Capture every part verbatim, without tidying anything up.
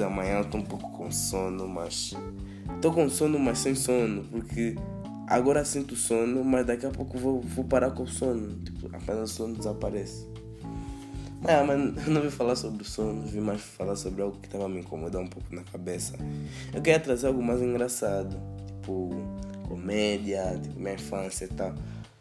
da manhã, estou um pouco com sono, mas... Estou com sono, mas sem sono, porque agora sinto sono, mas daqui a pouco vou, vou parar com o sono. Tipo, apenas o sono desaparece. É, mas eu não vim falar sobre o sono, vim mais falar sobre algo que estava a me incomodar um pouco na cabeça. Eu queria trazer algo mais engraçado, tipo comédia, tipo minha infância e tal.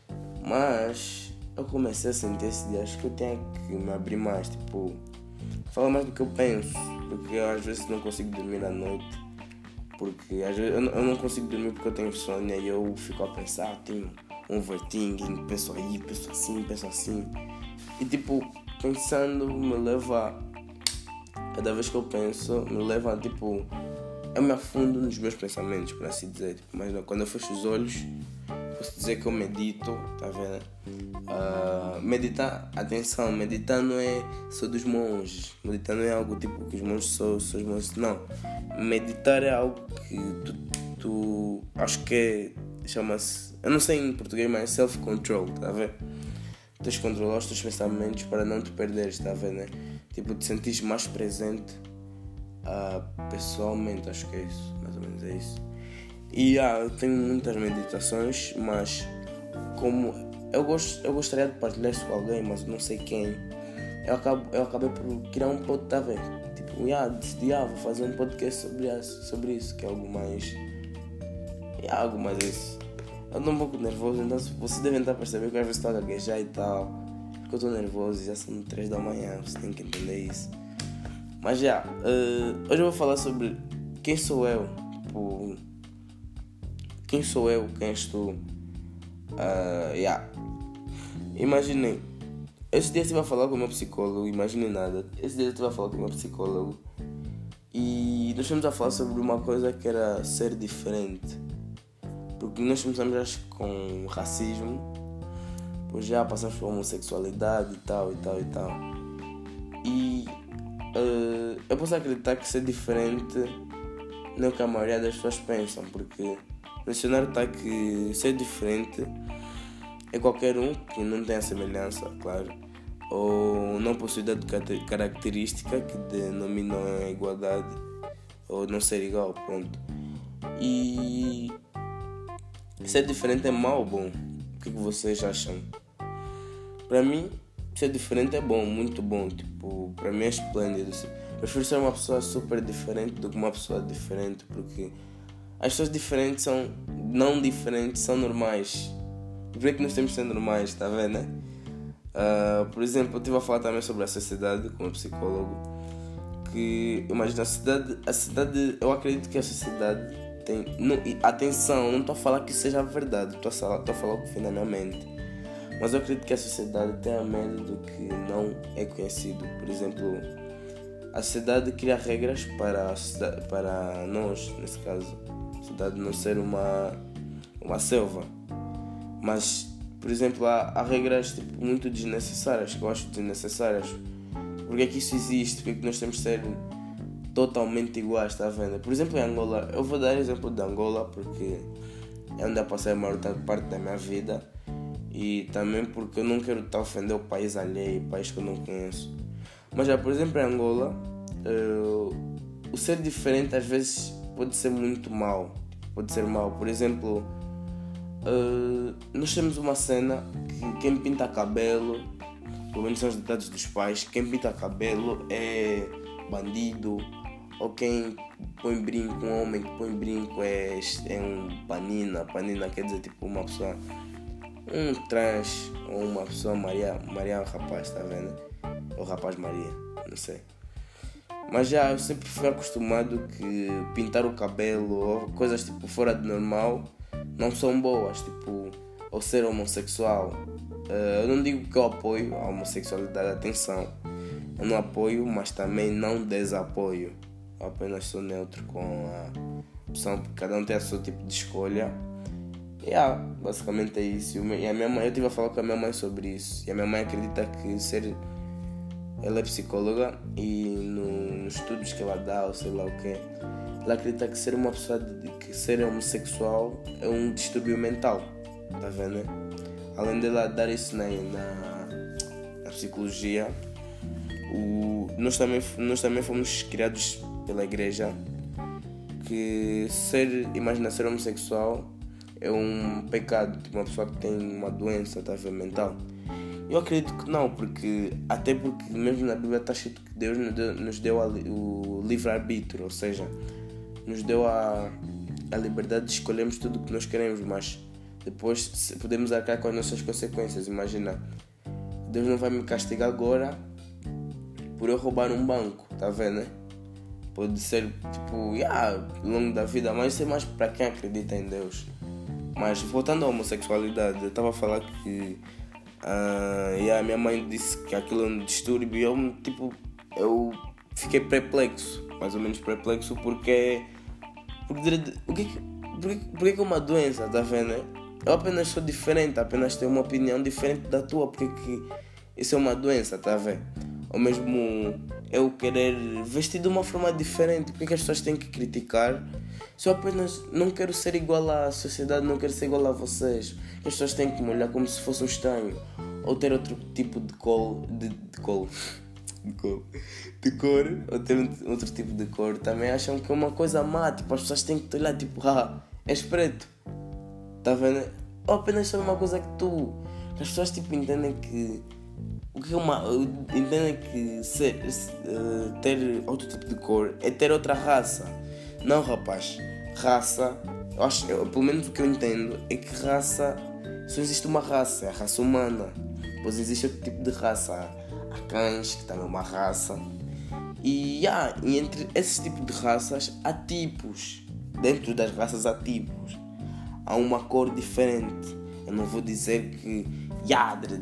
Mas eu comecei a sentir esse dia, acho que eu tenho que me abrir mais, tipo, falar mais do que eu penso, porque eu, às vezes não consigo dormir à noite, porque às vezes eu não, eu não consigo dormir porque eu tenho insônia e eu fico a pensar, tenho um overthinking, penso aí, penso assim, penso assim, e tipo, pensando me leva, cada vez que eu penso, me leva a tipo, eu me afundo nos meus pensamentos, por assim dizer, tipo, mas não, quando eu fecho os olhos, posso dizer que eu medito, tá vendo? Uh, meditar, atenção, meditar não é só dos monges, meditar não é algo tipo que os monges são, são os monges, não. Meditar é algo que tu, tu acho que é, chama-se, eu não sei em português, mas é self-control, tá vendo? Tens de controlar os teus pensamentos para não te perderes, tá vendo? Né? Tipo, te sentires mais presente uh, pessoalmente, acho que é isso, mais ou menos é isso. E ah, eu tenho muitas meditações, mas como eu, gosto, eu gostaria de partilhar isso com alguém, mas não sei quem, eu, acabo, eu acabei por criar um podcast, tá vendo? Tipo, ah, decidi, ah, vou fazer um podcast sobre isso, sobre isso que é algo mais... É algo mais isso. Eu estou um pouco nervoso, então vocês devem estar a perceber que às vezes estou a gaguejar e tal, porque eu estou nervoso e já são três da manhã, você tem que entender isso. Mas já, uh, hoje eu vou falar sobre quem sou eu, tipo... Quem sou eu? Quem és tu? Uh, yeah. Imaginem, esse dia eu estive a falar com o meu psicólogo, imaginem nada. Esse dia eu estive a falar com o meu psicólogo e nós estamos a falar sobre uma coisa que era ser diferente. Porque nós começamos acho, com racismo, depois já passamos por homossexualidade e tal e tal e tal. E uh, eu posso acreditar que ser diferente não é o que a maioria das pessoas pensam, porque no dicionário está que ser diferente é qualquer um que não tem a semelhança, claro, ou não possui dada característica que denominam a igualdade, ou não ser igual, pronto. E ser diferente é mau ou bom? O que, que vocês acham? Para mim, ser diferente é bom, muito bom, tipo, para mim é esplêndido. Prefiro ser uma pessoa super diferente do que uma pessoa diferente, porque as pessoas diferentes são, não diferentes, são normais. E por que nós temos que ser normais, tá vendo, né? Uh, por exemplo, eu estive a falar também sobre a sociedade com um psicólogo. Que, imagina, a sociedade, a sociedade, eu acredito que a sociedade tem... Não, atenção, não estou a falar que seja a verdade, estou a, estou a falar o que vem na minha mente. Mas eu acredito que a sociedade tenha medo do que não é conhecido. Por exemplo, a sociedade cria regras para, a sociedade, para nós, nesse caso. De não ser uma, uma selva, mas por exemplo há, há regras tipo, muito desnecessárias que eu acho desnecessárias. Porque é que isso existe? Porque é que nós temos de ser totalmente iguais, está vendo? Por exemplo em Angola, eu vou dar exemplo de Angola porque é onde eu passei a maior parte da minha vida e também porque eu não quero estar a ofender o país alheio, o país que eu não conheço. Mas já por exemplo em Angola, uh, o ser diferente às vezes pode ser muito mau, pode ser mau. Por exemplo, uh, nós temos uma cena que quem pinta cabelo, pelo menos são os ditados dos pais, quem pinta cabelo é bandido, ou quem põe brinco, um homem que põe brinco é, é um panina, panina quer dizer tipo uma pessoa, um trans, ou uma pessoa Maria, Maria é um rapaz, tá vendo? Ou rapaz Maria, não sei. Mas já eu sempre fui acostumado que pintar o cabelo ou coisas tipo fora de normal não são boas, tipo, ou ser homossexual. Uh, eu não digo que eu apoio a homossexualidade, atenção, eu não apoio, mas também não desapoio. Eu apenas sou neutro com a opção, porque cada um tem o seu tipo de escolha. E yeah, basicamente é isso. E a minha mãe, eu estive a falar com a minha mãe sobre isso, e a minha mãe acredita que ser... Ela é psicóloga e no, nos estudos que ela dá, ou sei lá o que, ela acredita que ser uma pessoa, de, que ser homossexual é um distúrbio mental, tá vendo? Além dela dar isso na, na, na psicologia, o, nós, também, nós também fomos criados pela igreja que ser, imagina, ser homossexual é um pecado, tipo uma pessoa que tem uma doença, tá a ver, mental. Eu acredito que não, porque até porque mesmo na Bíblia está escrito que Deus nos deu, nos deu a, o livre-arbítrio, ou seja, nos deu a, a liberdade de escolhermos tudo o que nós queremos, mas depois podemos arcar com as nossas consequências. Imagina, Deus não vai me castigar agora por eu roubar um banco, tá vendo, né? Pode ser tipo, yeah, ao longo da vida, mas isso é mais para quem acredita em Deus. Mas voltando à homossexualidade, eu estava a falar que uh, yeah, minha mãe disse que aquilo é um distúrbio e eu, tipo, eu fiquei perplexo, mais ou menos perplexo, porque, porque o que, porque, porque é uma doença, tá vendo, né? Eu apenas sou diferente, apenas tenho uma opinião diferente da tua, porque que isso é uma doença, tá vendo? Ou mesmo eu querer vestir de uma forma diferente, porque as pessoas têm que criticar? Se eu apenas não quero ser igual à sociedade, não quero ser igual a vocês, as pessoas têm que me olhar como se fosse um estranho, ou ter outro tipo de cor, de, de cor, de cor, de cor, ou ter um, outro tipo de cor, também acham que é uma coisa má, tipo, as pessoas têm que te olhar tipo, ah, és preto, tá vendo? Ou apenas só uma coisa que tu, as pessoas tipo entendem que o que é uma, entendem que ser, uh, ter outro tipo de cor é ter outra raça. Não, rapaz, raça, eu acho, eu, pelo menos o que eu entendo é que raça, só existe uma raça, é a raça humana. Depois existe outro tipo de raça, há cães, que também é uma raça. E, yeah, e entre esses tipos de raças há tipos, dentro das raças há tipos. Há uma cor diferente. Eu não vou dizer que yeah, uh,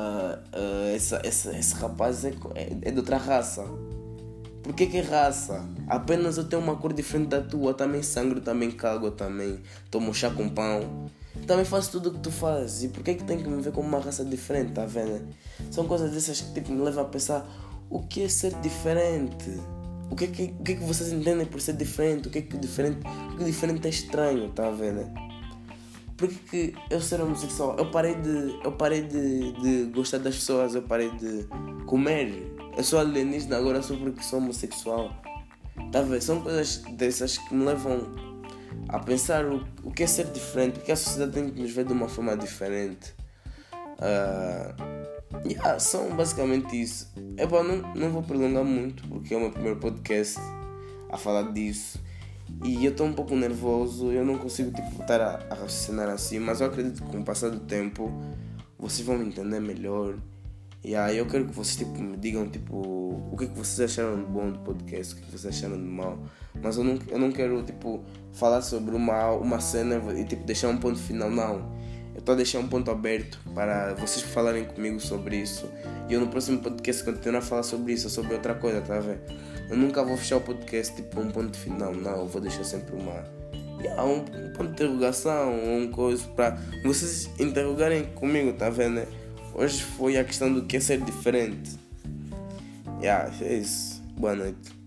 uh, essa, essa, esse rapaz é, é, é de outra raça. Porquê que é raça? Apenas eu tenho uma cor diferente da tua. Eu também sangro, também cago, eu também tomo chá com pão. Também faço tudo o que tu fazes. E porquê que tem que me ver como uma raça diferente, tá vendo? São coisas dessas que tipo, me levam a pensar: o que é ser diferente? O que é que, o que, é que vocês entendem por ser diferente? O que é que diferente, o que diferente é estranho, tá vendo? Porque que eu ser homossexual, eu parei de, eu parei de, de gostar das pessoas, eu parei de comer. Eu sou alienígena agora só porque sou homossexual. Tá vendo? São coisas dessas que me levam a pensar o, o que é ser diferente, porque a sociedade tem que nos ver de uma forma diferente. Uh, yeah, são basicamente isso. É bom, não, não vou prolongar muito, porque é o meu primeiro podcast a falar disso. E eu estou um pouco nervoso, eu não consigo tipo, voltar a, a raciocinar assim, mas eu acredito que com o passar do tempo vocês vão me entender melhor. E aí eu quero que vocês tipo, me digam tipo, o que é que vocês acharam de bom do podcast, o que é que vocês acharam de mal. Mas eu não, eu não quero tipo, falar sobre uma, uma cena e tipo, deixar um ponto final, não. Eu estou a deixar um ponto aberto para vocês falarem comigo sobre isso. E eu no próximo podcast continuar a falar sobre isso ou sobre outra coisa, tá a ver? Eu nunca vou fechar o podcast tipo um ponto final, não. Eu vou deixar sempre uma... Yeah, um, um ponto de interrogação, um coisa para vocês interrogarem comigo, tá vendo? Hoje foi a questão do que é ser diferente. Yeah, é isso. Boa noite.